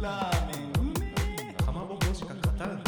ラーメンうめえかまぼこしか勝たん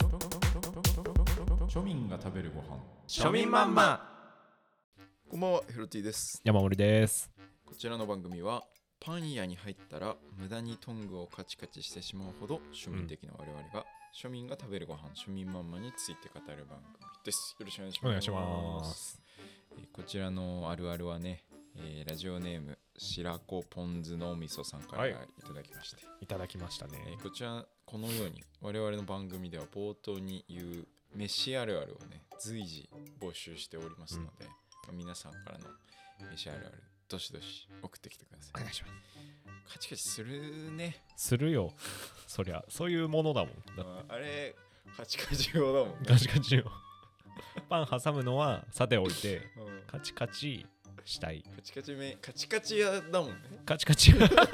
庶民が食べるご飯庶民マンマ。 こんばんは、ヘロティです。 山森です。 こちらの番組はパン屋に入ったら無駄にトングをカチカチしてしまうほど庶民的な我々が、庶民が食べるご飯庶民マンマについて語る番組です。よろしくお願いします。 お願いします。 こちらのあるあるはね、ラジオネーム白子ポン酢のおみそさんからいただきまして、 いただきましたね。 こちらこのように我々の番組では冒頭に言う飯あるあるをね随時募集しておりますので、皆さんからの飯あるあるどしどし送ってきてください。 お願いします。 カチカチするね。 するよ。そりゃそういうものだもん。だあれカチカチ用だもんね。 カチカチよ。パン挟むのはさておいて、 うん、 カチカチしたい。 カチカチ屋だもんね。 カチカチ歌舞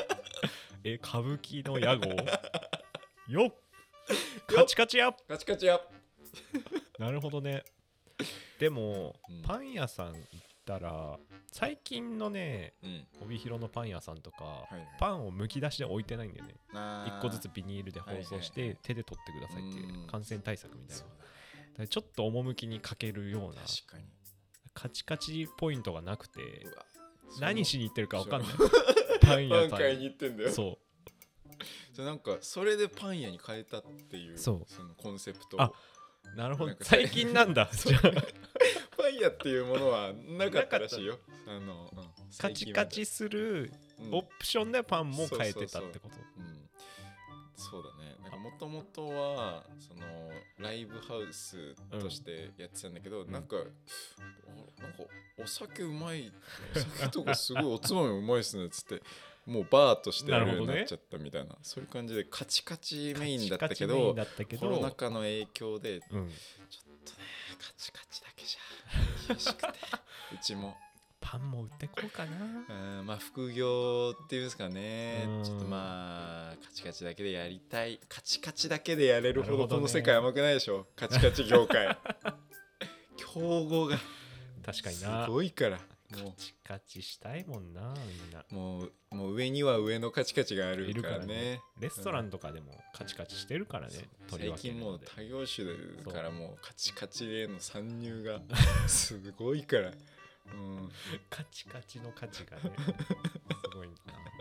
伎の屋号よっカチカチ屋。 カチカチ屋。 なるほどね。でも、 パパン屋さん行ったら最近のね、 ン、 帯広のパン屋さんとか、 はいはい、 パンをむき出しで置いてないんだよね。1個ずつつビニールで包装して、 はいはいはい、 手で取ってくださいっていう感染対策みたいな。 だからちょっと趣に欠けるような確かにカチカチポイントがなくて、 うわ何しに行ってるか分かんない。パン屋さんパン買いに行ってんだよ。 そじゃなんかそれでパン屋に変えたっていうそのコンセプトを。 あうなるほど。 なんか最近なんだ。じゃあパン屋っていうものはなかったらしいよ。 カチカチするオプションでパンも変えてたってこと。 そうだね。なんかもともとはそのライブハウスとしてやってたんだけど、なんかお酒うまい、お酒とかすごいおつまみうまいっすねっつってもうバーとしてやるようになっちゃったみたいな、そういう感じでカチカチメインだったけど、コロナ禍の影響で、ちょっとねカチカチだけじゃ厳しくてうちもパンも売ってこうかな。 まあ副業っていうんですかね、ちょっとまあカチカチだけでやりたい、カチカチだけでやれるほどこの世界甘くないでしょ、カチカチ業界競合が確かにな、 すごいからカチカチしたいもんな、みんな。 もう上には上のカチカチがあるからね。 レストランとかでもカチカチしてるからね。 最近もう多業種だからもうカチカチへの参入がすごいからカチカチの価値がねすごいな。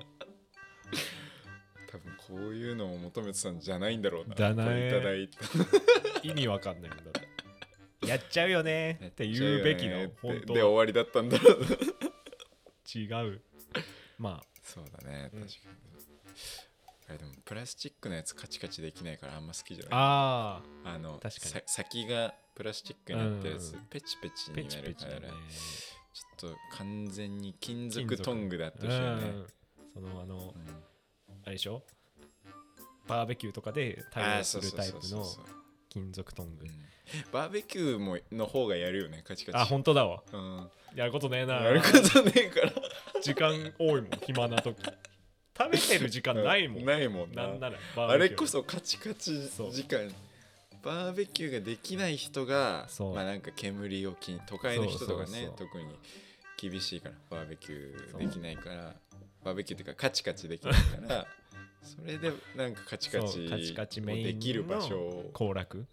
多分こういうのを求めてたんじゃないんだろうな。 だないただいた意味わかんないんだやっちゃうよねって言うべきの本当で終わりだったんだろう違う。まあそうだね、確かに。あれでもプラスチックのやつカチカチできないからあんま好きじゃない。確かに先がプラスチックになったやつ、ペチペチになるから、ね、ちょっと完全に金属トングだったしね。 そのあれでしょ、バーベキューとかで対応するタイプの金属トング。 バーベキューもの方がやるよね、カチカチ。 本当だわ、やることねえな。 やることねえから時間多いもん、暇な時食べてる時間ないもんないもんな。 なんならあれこそカチカチ時間。バーベキューができない人がまあなんか煙を都会の人とかね、特に厳しいからバーベキューできないから、バーベキューっていうかカチカチできないからそれでなんかカチカチもできる場所を行楽、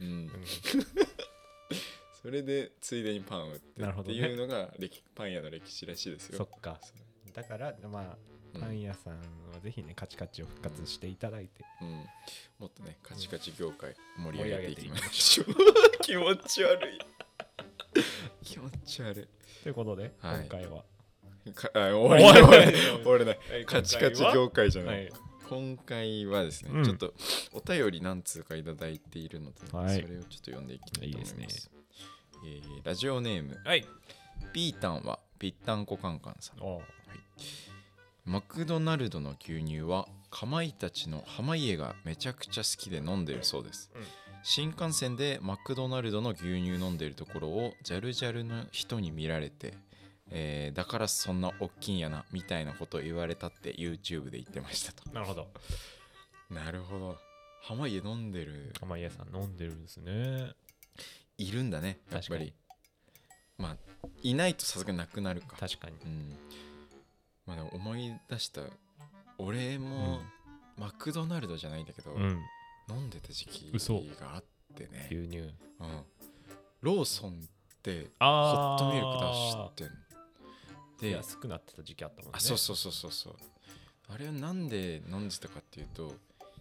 それでついでにパンを売ってっていうのがパン屋の歴史らしいですよ。 そっか。だからまあパン屋さんはぜひねカチカチを復活していただいて、 もっとねカチカチ業界盛り上げていきましょう気持ち悪い気持ち悪いということで、今回は終わりないカチカチ業界じゃない、今回はですね、ちょっとお便り何通かいただいているので、それをちょっと読んでいきたいと思います。ラジオネーム、ピータンはぴったんこカンカンさん。マクドナルドの牛乳はかまいたちの濱家がめちゃくちゃ好きで飲んでるそうです。新幹線でマクドナルドの牛乳飲んでるところをジャルジャルの人に見られて、だからそんな大きいんやなみたいなことを言われたって YouTube で言ってましたと。 なるほどなるほど。濱家飲んでる。 濱家さん飲んでるんですね。 いるんだねやっぱり。まあいないとさすがになくなるか。 確かに。 まあでも思い出した。俺も、 マクドナルドじゃないんだけど、 うん、 飲んでた時期があってね。 牛乳、 ローソンってホットミルク出してんで安くなってた時期あったもんね。 そう。あれはなんで飲んでたかっていうと、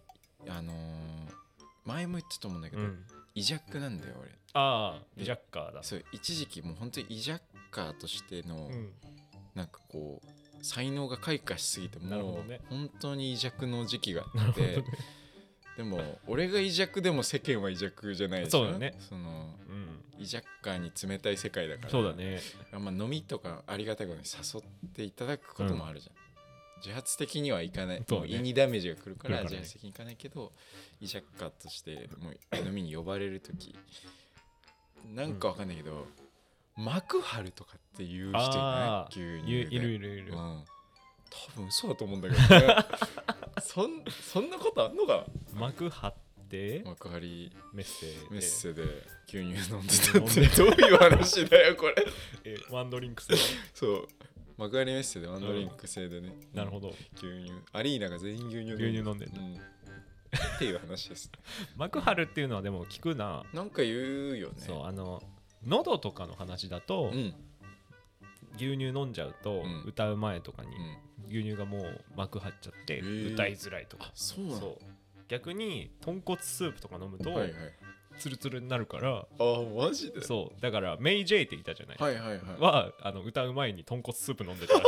前も言ってたと思うんだけど、イジャックなんだよ俺。 イジャッカーだ。 そう、一時期もう本当にイジャッカーとしての、なんかこう才能が開花しすぎて、もう本当にイジャクの時期があって、でも俺がイジャクでも世間はイジャクじゃないでしょ。 そうだね。 イジャッカーに冷たい世界だから。 そうだね。 飲みとかありがたいことに誘っていただくこともあるじゃん。自発的にはいかない、もう胃にダメージが来るから自発的にいかないけど、イジャッカーとしてもう飲みに呼ばれるとき、なんかわかんないけど、幕張とかっていう人いない？牛乳で。 いる。 多分嘘だと思うんだけどね。そんなことあんのか？ 幕張って幕張メッセで牛乳飲んでたってどういう話だよこれ。 ワンドリンク制。 そう。幕張メッセでワンドリンク制でね。 なるほど。 牛乳アリーナが全員牛乳飲んでる。 っていう話です。 幕張っていうのはでも聞くな。 なんか言うよね。 そう喉とかの話だと、牛乳飲んじゃうと、歌う前とかに牛乳がもう膜張っちゃって歌いづらいとか。 そうなの。 逆に豚骨スープとか飲むとツルツルになるから。 マジで。 そうだからメイジェイっていたじゃない。 は歌う前に豚骨スープ飲んでたらしい。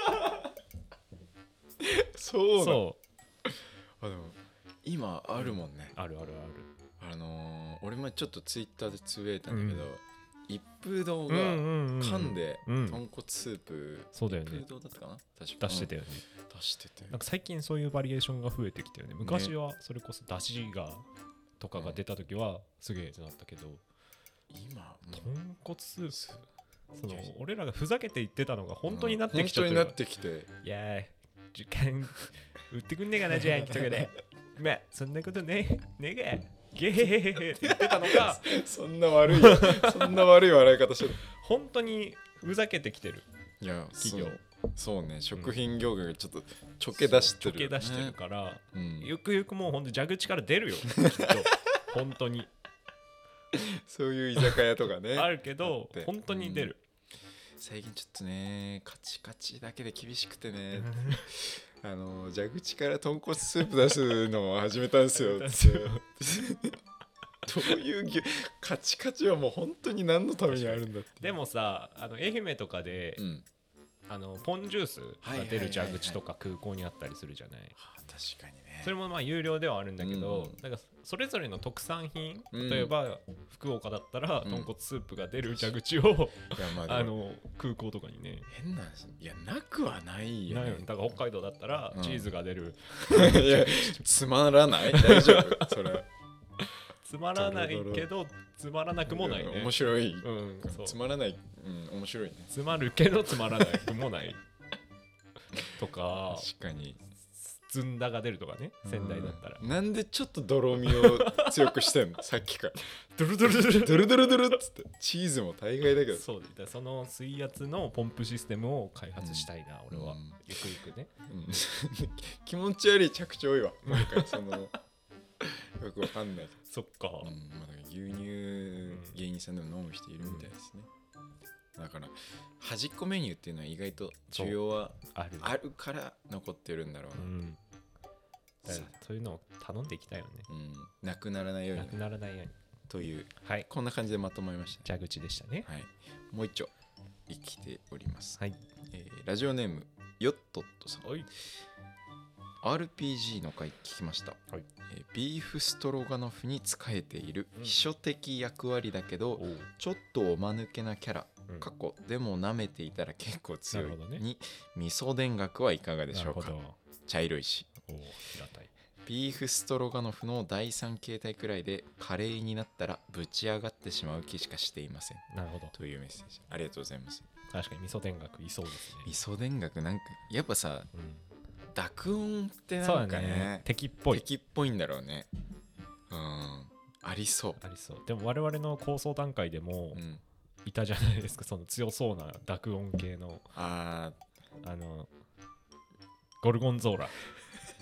そうでも今あるもんね。 ある。 俺もちょっとツイッターでつぶやいたんだけど、一風堂が缶で豚骨スープ、 そうだよね。 一風堂だったかな、確か出してたよね。 出してて、 なんか最近そういうバリエーションが増えてきたよね。昔はそれこそ出汁とかが出た時はすげえってなったけど、 今豚骨スープ、俺らがふざけて言ってたのが本当になってきちゃってる。 本当になってきて、 いや時間売ってくんねえかなじゃんとかで、まあそんなことねえがゲーって言ってたのがそんな悪い笑い方してる。 本当にふざけてきてる。 いや企業そうね、食品業界がちょっとちょけ出してる、 ちょけ出してるから、ゆくゆくもうほんと蛇口から出るよきっと。本当にそういう居酒屋とかねあるけど本当に出る。 最近ちょっとねカチカチだけで厳しくてね蛇口から豚骨スープ出すのを始めたんですよってどういうカチカチはもう本当に何のためにあるんだって。 でもさ愛媛とかで、ポンジュースが出る蛇口とか空港にあったりするじゃない。 確かにね。 それもまあ有料ではあるんだけど、だからそれぞれの特産品、例えば福岡だったら豚骨スープが出る蛇口を空港とかにね。 変な話、いやなくはないよね。 だから北海道だったらチーズが出る。 いやつまらない？大丈夫？それつまらないけどつまらなくもないね。 面白い。つまらない、面白いね。 つまるけどつまらなくもないとか。 確かに。 ずんだが出るとかね、仙台だったら。 なんでちょっと泥みを強くしてんのさっきからドルドルっつってチーズも大概だけど。 そうだ、その水圧のポンプシステムを開発したいな、俺は。ゆくゆくね。 気持ち悪い着地多いわ。なんかそのよくわかんない。 そっか。 牛乳芸人さんでも飲む人いるみたいですね。だから端っこメニューっていうのは意外と需要はあるから残ってるんだろうな。 そういうのを頼んでいきたいよね。 なくならないように。 なくならないように。 という、こんな感じでまとまりました。 蛇口でしたね。 もう一丁生きております。 ラジオネームヨットットさん。RPG の回聞きました。ビーフストロガノフに仕えている秘書的役割だけど、ちょっとおまぬけなキャラ、過去でも舐めていたら結構強いに味噌田楽はいかがでしょうか。茶色いし。ビーフストロガノフの第3形態くらいでカレーになったらぶち上がってしまう気しかしていません。 なるほど。 というメッセージありがとうございます。 確かに味噌田楽いそうですね。 味噌田楽なんかやっぱさ、濁音ってなんかね、 敵っぽいんだろうね。ありそう。 でも我々の構想段階でもいたじゃないですか、その強そうな濁音系のゴルゴンゾーラ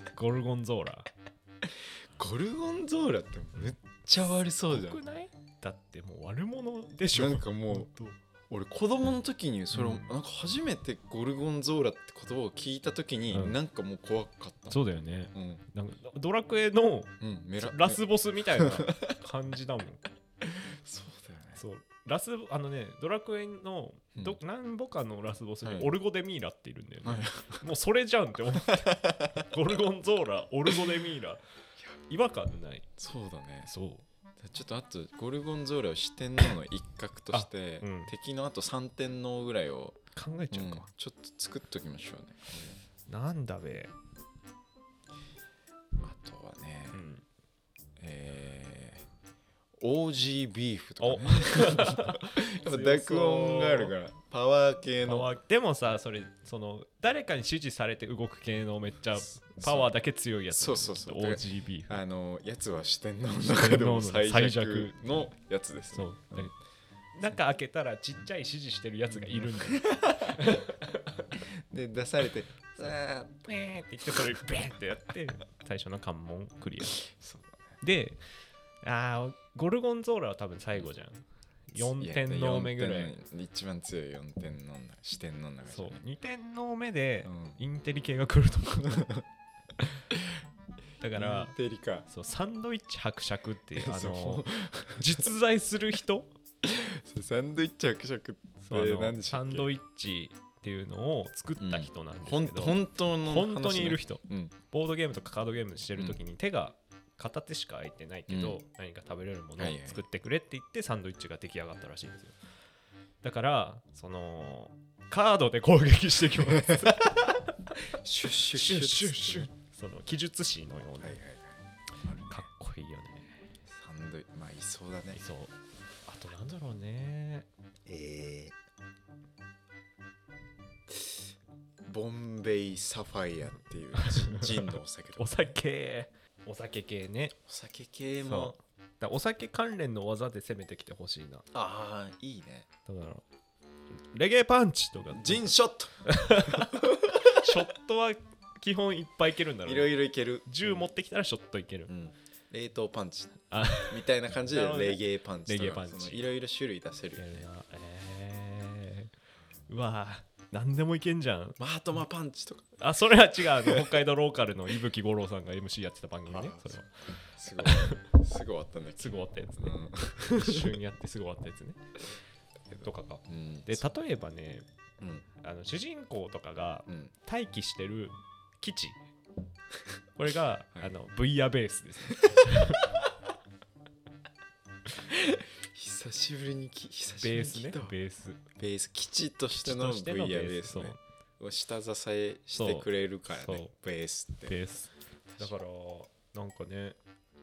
ゴルゴンゾーラ。 ゴルゴンゾーラってめっちゃ悪そうじゃん。 よくない？だってもう悪者でしょ。 なんかもう俺子供の時にそれを、なんか初めてゴルゴンゾーラって言葉を聞いた時に、なんかもう怖かった。 そうだよね、なんかドラクエのラスボスみたいな感じだもん。 そうだよね。 そうドラクエの何ぼかのラスボスにオルゴデミーラっているんだよね、もうそれじゃんって思ってゴルゴンゾーラ、オルゴデミーラ、違和感ない。 そうだね。 そうちょっとあとゴルゴンゾーラを四天王の一角として、敵のあと三天王ぐらいを考えちゃうか、 ちょっと作っときましょうね。 なんだべ。 あとはね、OG ビーフとかね。やっぱ濁音があるからパワー系の。 でもさ、その誰かに指示されて動く系のめっちゃパワーだけ強いやつ。 そうそうそう。 OG ビーフ。 やつは四天王の中でも最弱のやつです。 そう。中開けたらちっちゃい指示してるやつがいるんだよ。 で出されてペーって言ってそれベーってやって最初の関門クリア。で、ゴルゴンゾーラは多分最後じゃん。4天王目ぐらい。 一番強い4天王の四天王の中で。 そう。2天王目でインテリ系が来ると思う。だからインテリか。 そう、サンドイッチ伯爵っていう実在する人。 サンドイッチ伯爵って何でしょう。 サンドイッチっていうのを作った人なんですけど、 本当にいる人、ボードゲームとかカードゲームしてる時に手が片手しか空いてないけど、何か食べれるものを作ってくれって言ってサンドイッチが出来上がったらしいんですよ。だからそのカードで攻撃してきます。 シュッシュッシュッシュッシュッ、 その記述師のような、かっこいいよね。 サンドイッチ、まあいそうだね。 いそう。あとなんだろうね。 ボンベイサファイアっていうジンのお酒。 お酒系ね。 お酒系もだお酒関連の技で攻めてきてほしいな。 ああいいね。 だからレゲエパンチとかジンショットショットは基本いっぱいいけるんだろう、 いろいろいける。 銃持ってきたらショットいける、 冷凍パンチみたいな感じでレゲエパンチとかいろいろ種類出せるよね。 うわ何でもいけんじゃん。 マートマパンチとか。 それは違う北海道ローカルの伊吹五郎さんが MC やってた番組ね。それはすぐ終わったんだけど。 すぐ終わったやつね、一瞬やってすぐ終わったやつねとかか、で例えばね、主人公とかが待機してる基地、これがブイヤベースですね。 久しぶりにベースね。ベース基地としての VR ベースね。下支えしてくれるからね。ベースってベースだからなんかね、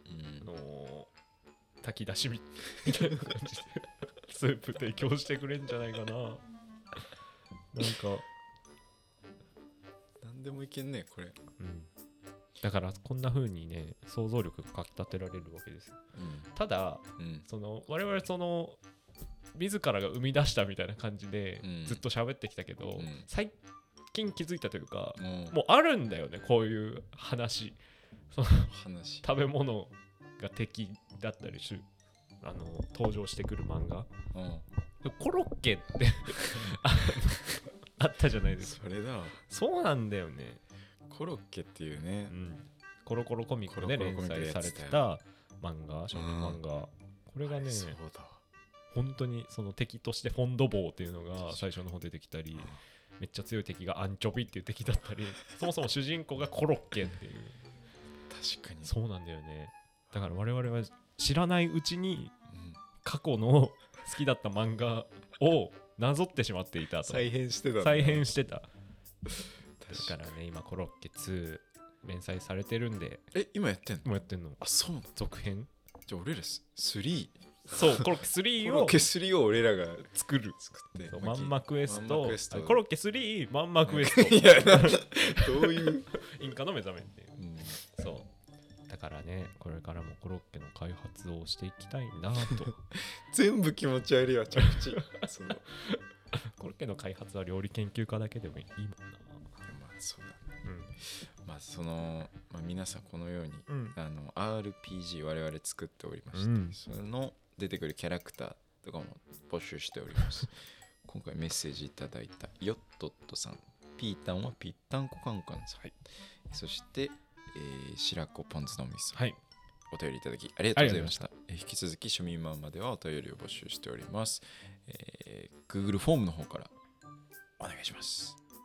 炊き出しみたいな感じでスープ提供してくれんじゃないかな。なんか何でもいけんねこれ。 だからこんな風にね想像力がかきたてられるわけですよ。ただ、その我々その自らが生み出したみたいな感じでずっと喋ってきたけど、最近気づいたというか、もうあるんだよねこういう話。その食べ物が敵だったり登場してくる漫画、コロッケってあったじゃないですか。 それだ。 そうなんだよね。 コロッケっていうね、 コロコロコミックで連載されてた漫画、少年漫画、これがね本当にその敵としてフォンドボーっていうのが最初の方出てきたり、めっちゃ強い敵がアンチョビっていう敵だったり、そもそも主人公がコロッケっていう。 確かにそうなんだよね。だから我々は知らないうちに過去の好きだった漫画をなぞってしまっていたと。 再編してた。 だからね今コロッケ2連載されてるんで。 今やってんの？ 今やってんの。 そうなの。 続編。 じゃあ俺ら3。 そうコロッケ3を俺らが作ってマンマクエスト、コロッケ3マンマクエスト。 いやどういうインカの目覚めっていう、そうだからねこれからもコロッケの開発をしていきたいなと。 全部気持ち悪いわ着地。 コロッケの開発は料理研究家だけでもいいもんな。 まあそうだね。 まあその、皆さんこのように、RPG 我々作っておりまして、その出てくるキャラクターとかも募集しております。今回メッセージいただいたヨットットさん、ピータンはピッタンコカンカンさん、そして、白子ポンズのみさん、お便りいただきありがとうございました。引き続き庶民マンまではお便りを募集しております。Google フォームの方からお願いします。